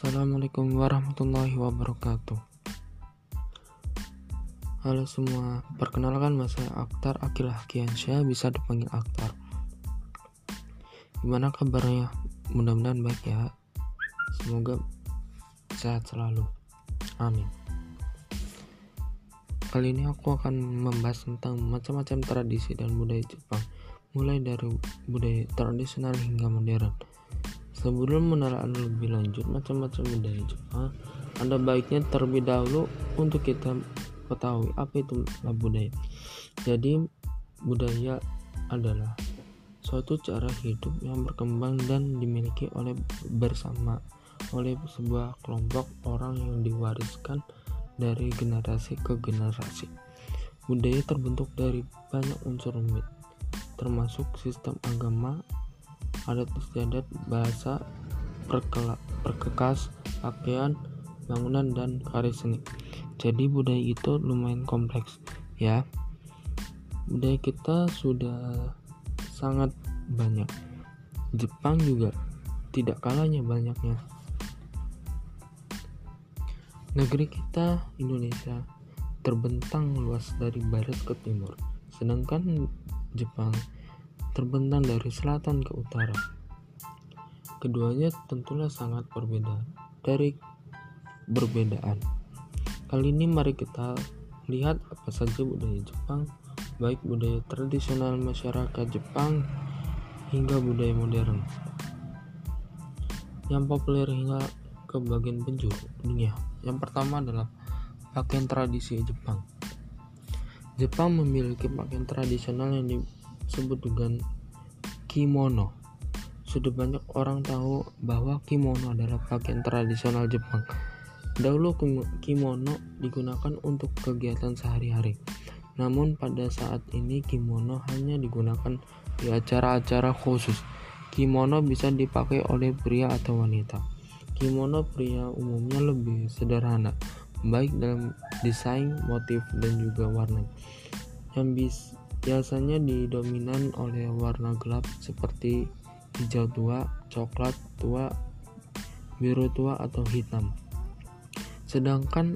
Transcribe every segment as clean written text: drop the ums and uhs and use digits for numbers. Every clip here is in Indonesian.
Assalamualaikum warahmatullahi wabarakatuh. Halo semua, perkenalkan saya Akhtar Akil Hakiansyah, bisa dipanggil Akhtar. Gimana kabarnya? Mudah-mudahan baik ya. Semoga sehat selalu. Amin. Kali ini aku akan membahas tentang macam-macam tradisi dan budaya Jepang, mulai dari budaya tradisional hingga modern. Sebelum menelaah lebih lanjut macam-macam budaya Jepang, ada baiknya terlebih dahulu untuk kita ketahui apa itu budaya. Jadi budaya adalah suatu cara hidup yang berkembang dan dimiliki oleh sebuah kelompok orang yang diwariskan dari generasi ke generasi. Budaya terbentuk dari banyak unsur rumit, termasuk sistem agama, adat istiadat, bahasa, perkekas, pakaian, bangunan, dan karya seni. Jadi budaya itu lumayan kompleks ya. Budaya kita sudah sangat banyak. Jepang juga tidak kalahnya banyaknya. Negeri kita Indonesia terbentang luas dari barat ke timur, sedangkan Jepang terbentang dari selatan ke utara. Keduanya tentunya sangat berbeda. Kali ini mari kita lihat apa saja budaya Jepang, baik budaya tradisional masyarakat Jepang hingga budaya modern yang populer hingga ke bagian penjuru dunia. Yang pertama adalah pakaian tradisi Jepang. Jepang memiliki pakaian tradisional yang disebut dengan kimono. Sudah banyak orang tahu bahwa kimono adalah pakaian tradisional Jepang. Dahulu kimono digunakan untuk kegiatan sehari-hari. Namun pada saat ini kimono hanya digunakan di acara-acara khusus. Kimono bisa dipakai oleh pria atau wanita. Kimono pria umumnya lebih sederhana, baik dalam desain, motif, dan juga warna, yang biasanya didominan oleh warna gelap seperti hijau tua, coklat tua, biru tua, atau hitam. Sedangkan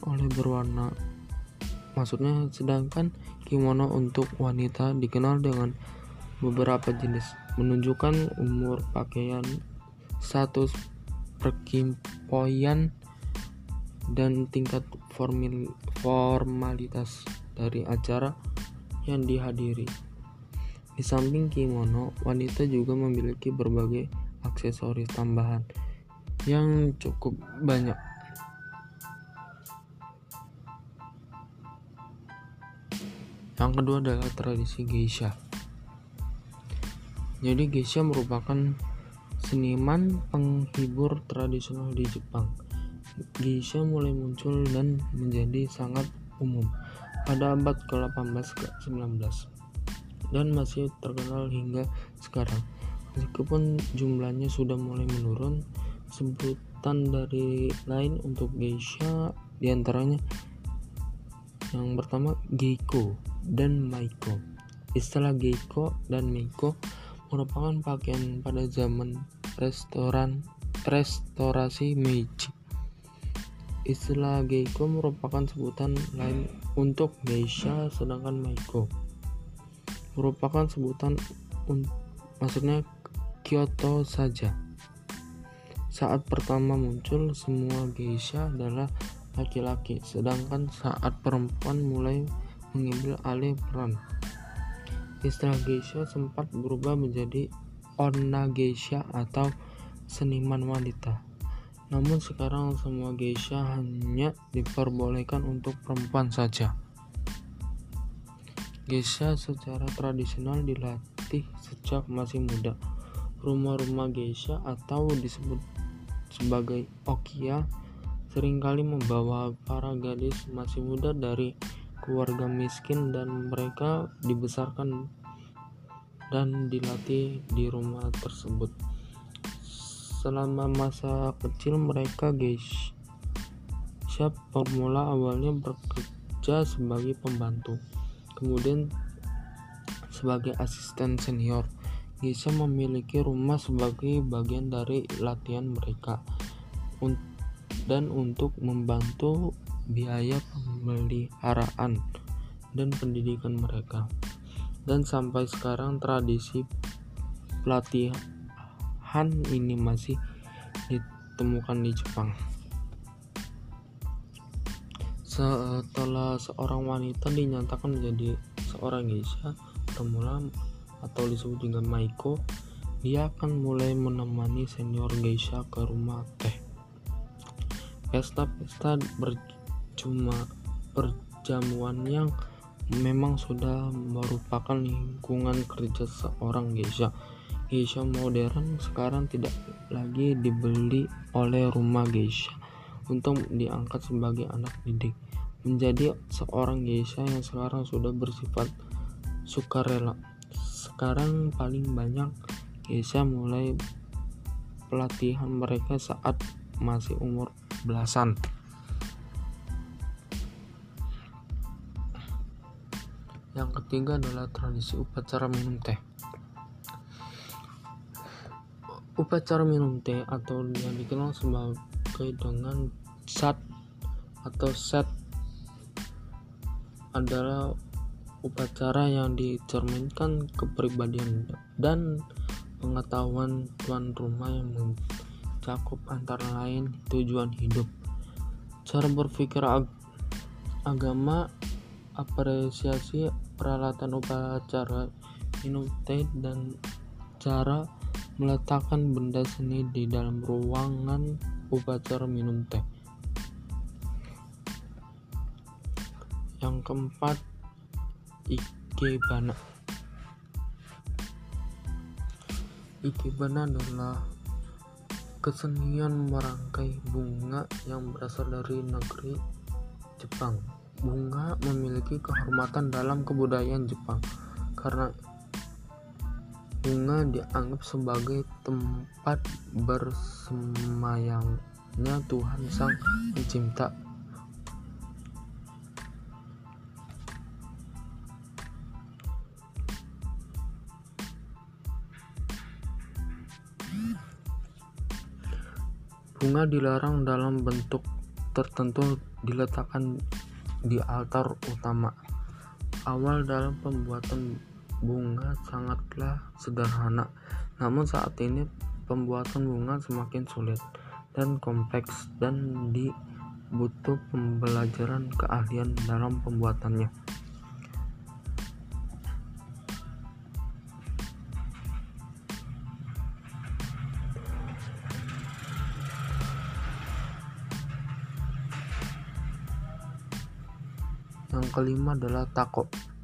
kimono untuk wanita dikenal dengan beberapa jenis, menunjukkan umur pakaian, status perkimpoian, dan tingkat formalitas dari acara yang dihadiri. Di samping kimono, wanita juga memiliki berbagai aksesoris tambahan yang cukup banyak. Yang kedua adalah tradisi geisha. Jadi geisha merupakan seniman penghibur tradisional di Jepang. Geisha mulai muncul dan menjadi sangat umum pada abad ke-18 ke 19 dan masih terkenal hingga sekarang. Meskipun jumlahnya sudah mulai menurun, sebutan dari lain untuk geisha diantaranya yang pertama geiko dan maiko. Istilah geiko dan maiko merupakan pakaian pada zaman restorasi Meiji. Istilah geiko merupakan sebutan lain untuk geisha, sedangkan maiko merupakan sebutan maksudnya Kyoto saja. Saat pertama muncul, semua geisha adalah laki-laki, sedangkan saat perempuan mulai mengambil alih peran, istilah geisha sempat berubah menjadi onna geisha atau seniman wanita. Namun sekarang semua geisha hanya diperbolehkan untuk perempuan saja. Geisha secara tradisional dilatih sejak masih muda. Rumah-rumah geisha atau disebut sebagai okiya seringkali membawa para gadis masih muda dari keluarga miskin, dan mereka dibesarkan dan dilatih di rumah tersebut. Selama masa kecil mereka geisha formula awalnya bekerja sebagai pembantu, kemudian sebagai asisten senior. Geisha memiliki rumah sebagai bagian dari latihan mereka dan untuk membantu biaya pemeliharaan dan pendidikan mereka. Dan sampai sekarang tradisi pelatihan ini masih ditemukan di Jepang. Setelah seorang wanita dinyatakan menjadi seorang geisha pemula atau disebut juga maiko, dia akan mulai menemani senior geisha ke rumah teh. Pesta-pesta perjamuan yang memang sudah merupakan lingkungan kerja seorang geisha. Geisha modern sekarang tidak lagi dibeli oleh rumah geisha untuk diangkat sebagai anak didik. Menjadi seorang geisha yang sekarang sudah bersifat sukarela. Sekarang paling banyak geisha mulai pelatihan mereka saat masih umur belasan. Yang ketiga adalah tradisi upacara minum teh. Upacara minum teh atau yang dikenal sebagai dengan sat atau set adalah upacara yang dicerminkan kepribadian dan pengetahuan tuan rumah yang mencakup antara lain tujuan hidup, cara berpikir agama, apresiasi peralatan upacara minum teh, dan cara meletakkan benda seni di dalam ruangan upacara minum teh. Yang keempat, ikebana. Ikebana adalah kesenian merangkai bunga yang berasal dari negeri Jepang. Bunga memiliki kehormatan dalam kebudayaan Jepang karena bunga dianggap sebagai tempat bersemayamnya Tuhan Sang Pencipta. Bunga dilarang dalam bentuk tertentu diletakkan di altar utama. Awal dalam pembuatan bunga sangatlah sederhana, namun saat ini pembuatan bunga semakin sulit dan kompleks dan dibutuh pembelajaran keahlian dalam pembuatannya. Yang kelima adalah tako.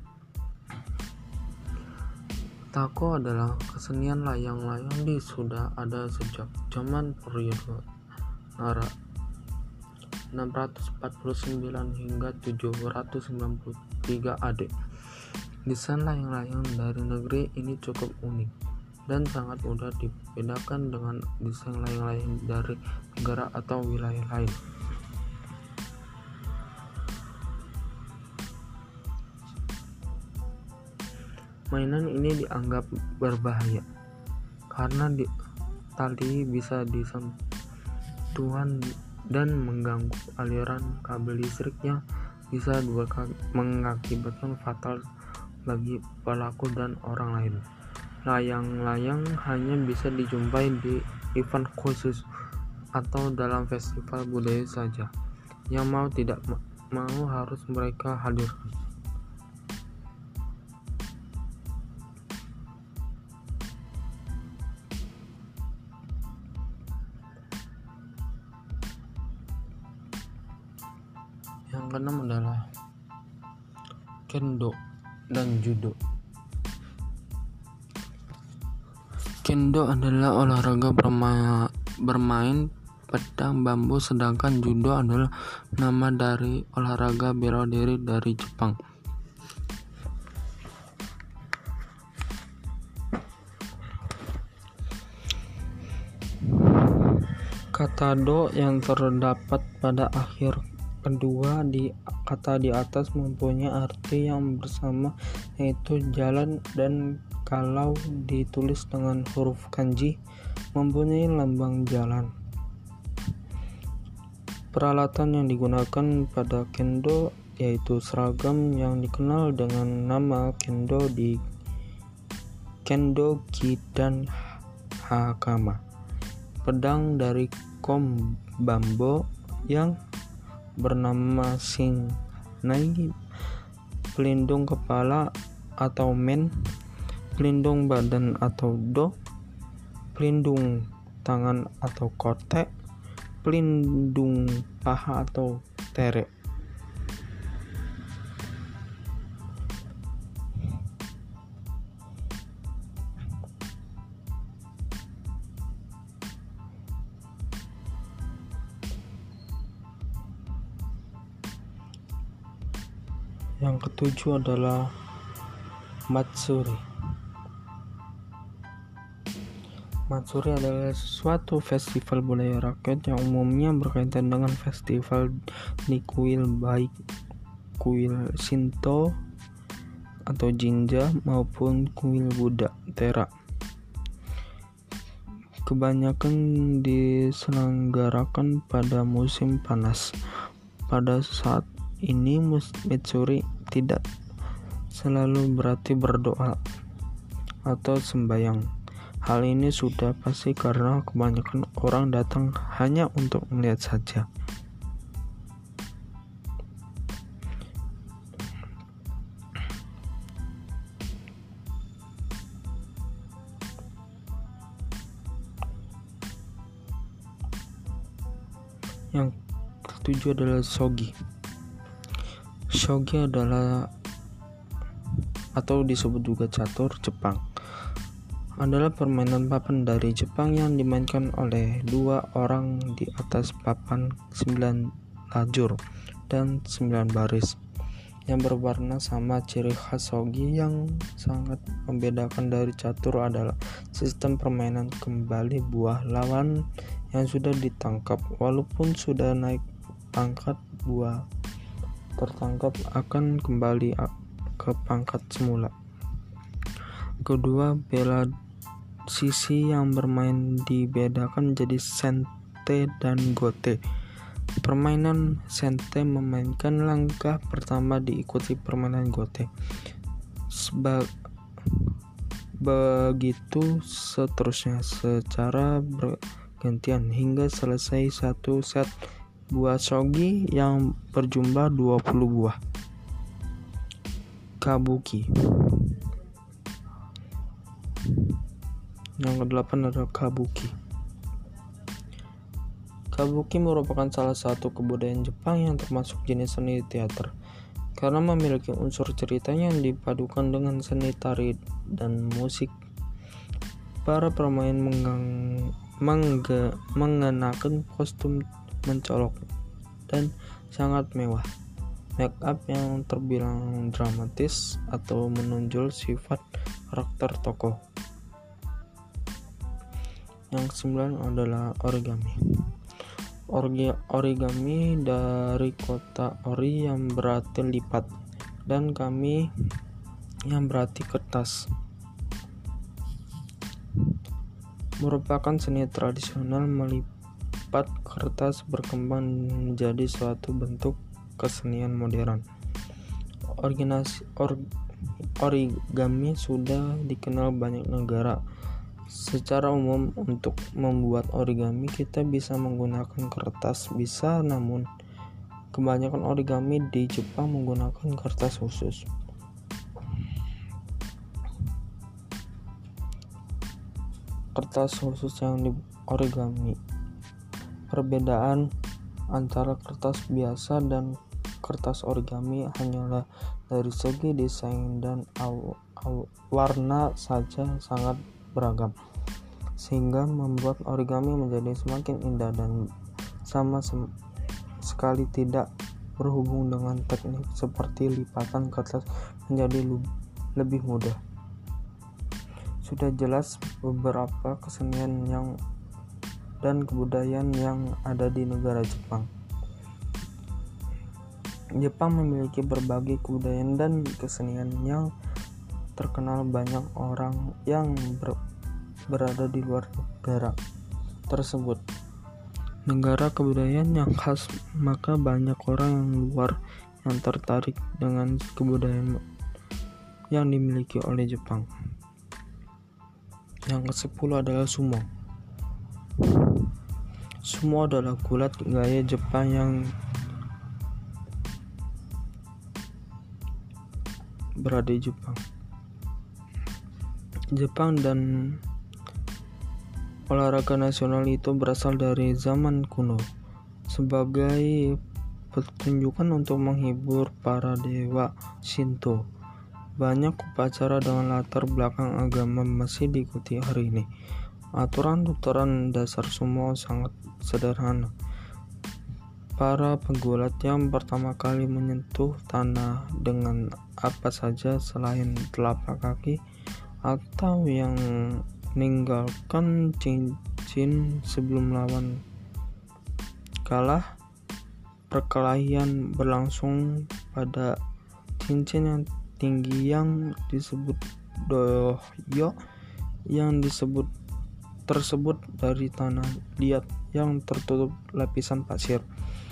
Tako adalah kesenian layang-layang sudah ada sejak zaman periode Nara 649 hingga 793 AD. Desain layang-layang dari negeri ini cukup unik dan sangat mudah dibedakan dengan desain layang-layang dari negara atau wilayah lain. Mainan ini dianggap berbahaya karena tali bisa disentuhan dan mengganggu aliran kabel listriknya, bisa mengakibatkan fatal bagi pelaku dan orang lain. Layang-layang hanya bisa dijumpai di event khusus atau dalam festival budaya saja. Yang mau tidak mau harus mereka hadirkan. Yang keenam adalah kendo dan judo. Kendo adalah olahraga bermain pedang bambu, sedangkan judo adalah nama dari olahraga bela diri dari Jepang. Kata do yang terdapat pada akhir kedua kata di atas mempunyai arti yang bersama, yaitu jalan, dan kalau ditulis dengan huruf kanji mempunyai lambang jalan. Peralatan yang digunakan pada kendo yaitu seragam yang dikenal dengan nama kendogi dan hakama, pedang dari kaum bambo yang bernama shinai, pelindung kepala atau men, pelindung badan atau do, pelindung tangan atau kote, pelindung paha atau tere. Yang ketujuh adalah Matsuri. Matsuri adalah suatu festival budaya rakyat yang umumnya berkaitan dengan festival di kuil, baik kuil Shinto atau Jinja maupun kuil Buddha Tera. Kebanyakan diselenggarakan pada musim panas. Pada saat ini Matsuri tidak selalu berarti berdoa atau sembahyang. Hal ini sudah pasti karena kebanyakan orang datang hanya untuk melihat saja. Yang ketujuh adalah shogi. Shogi adalah atau disebut juga catur Jepang, adalah permainan papan dari Jepang yang dimainkan oleh dua orang di atas papan 9 lajur dan 9 baris yang berwarna sama. Ciri khas shogi yang sangat membedakan dari catur adalah sistem permainan kembali buah lawan yang sudah ditangkap. Walaupun sudah naik pangkat, buah tertangkap akan kembali ke pangkat semula. Kedua, bela sisi yang bermain dibedakan menjadi sente dan gote. Permainan sente memainkan langkah pertama diikuti permainan gote. Begitu seterusnya secara bergantian hingga selesai satu set buah shogi yang berjumlah 20 buah. Kabuki. Yang kedelapan adalah kabuki. Kabuki merupakan salah satu kebudayaan Jepang yang termasuk jenis seni teater karena memiliki unsur cerita yang dipadukan dengan seni tari dan musik. Para pemain mengenakan kostum mencolok dan sangat mewah. Make up yang terbilang dramatis atau menonjol sifat karakter tokoh. Yang ke-9 adalah origami. Origami dari kata ori yang berarti lipat dan kami yang berarti kertas, merupakan seni tradisional melipat kertas berkembang menjadi suatu bentuk kesenian modern. Origami sudah dikenal banyak negara. Secara umum, untuk membuat origami kita bisa menggunakan kertas, namun kebanyakan origami di Jepang menggunakan kertas khusus. Kertas khusus yang di origami. Perbedaan antara kertas biasa dan kertas origami hanyalah dari segi desain dan warna saja sangat beragam, sehingga membuat origami menjadi semakin indah dan sama sekali tidak berhubung dengan teknik seperti lipatan kertas menjadi lebih mudah. Sudah jelas beberapa kesenian dan kebudayaan yang ada di negara Jepang. Jepang memiliki berbagai kebudayaan dan kesenian yang terkenal. Banyak orang yang berada di luar negara tersebut negara kebudayaan yang khas, maka banyak orang yang luar yang tertarik dengan kebudayaan yang dimiliki oleh Jepang. Yang ke-10 adalah sumo. Sumo adalah gulat gaya Jepang yang berada di Jepang dan olahraga nasional itu berasal dari zaman kuno sebagai pertunjukan untuk menghibur para dewa Shinto. Banyak upacara dengan latar belakang agama masih diikuti hari ini. Aturan-aturan dasar sumo sangat sederhana. Para pegulat yang pertama kali menyentuh tanah dengan apa saja selain telapak kaki atau yang meninggalkan cincin sebelum lawan kalah. Perkelahian berlangsung pada cincin yang tinggi yang disebut dohyo, yang tersebut dari tanah liat yang tertutup lapisan pasir.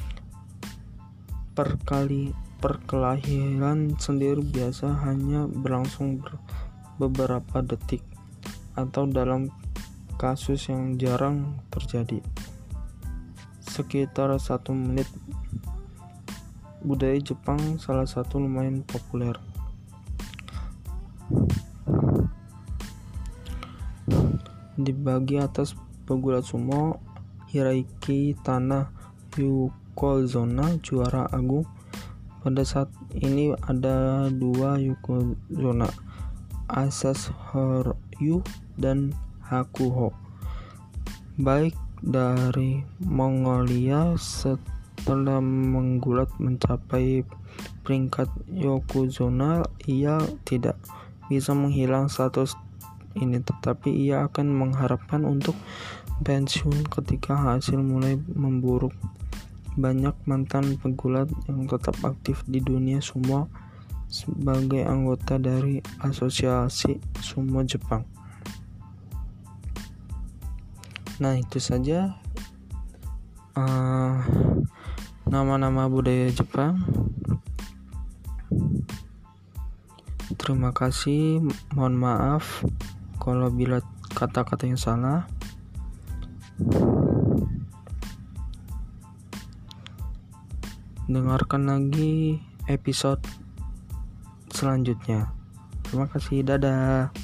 Perkelahian sendiri biasa hanya berlangsung beberapa detik atau dalam kasus yang jarang terjadi sekitar 1 menit. Budaya Jepang salah satu lumayan populer. Dibagi atas pegulat sumo, hierarki tanah Yokozuna juara agung. Pada saat ini ada 2 Yokozuna, Asas Horyu dan Hakuho. Baik dari Mongolia, setelah menggulat mencapai peringkat Yokozuna, ia tidak bisa menghilang status ini, tetapi ia akan mengharapkan untuk pensiun ketika hasil mulai memburuk. Banyak mantan pegulat yang tetap aktif di dunia sumo sebagai anggota dari Asosiasi Sumo Jepang. Nah, itu saja nama-nama budaya Jepang. Terima kasih, mohon maaf kalau bila kata-kata yang salah. Dengarkan lagi episode selanjutnya. Terima kasih, dadah.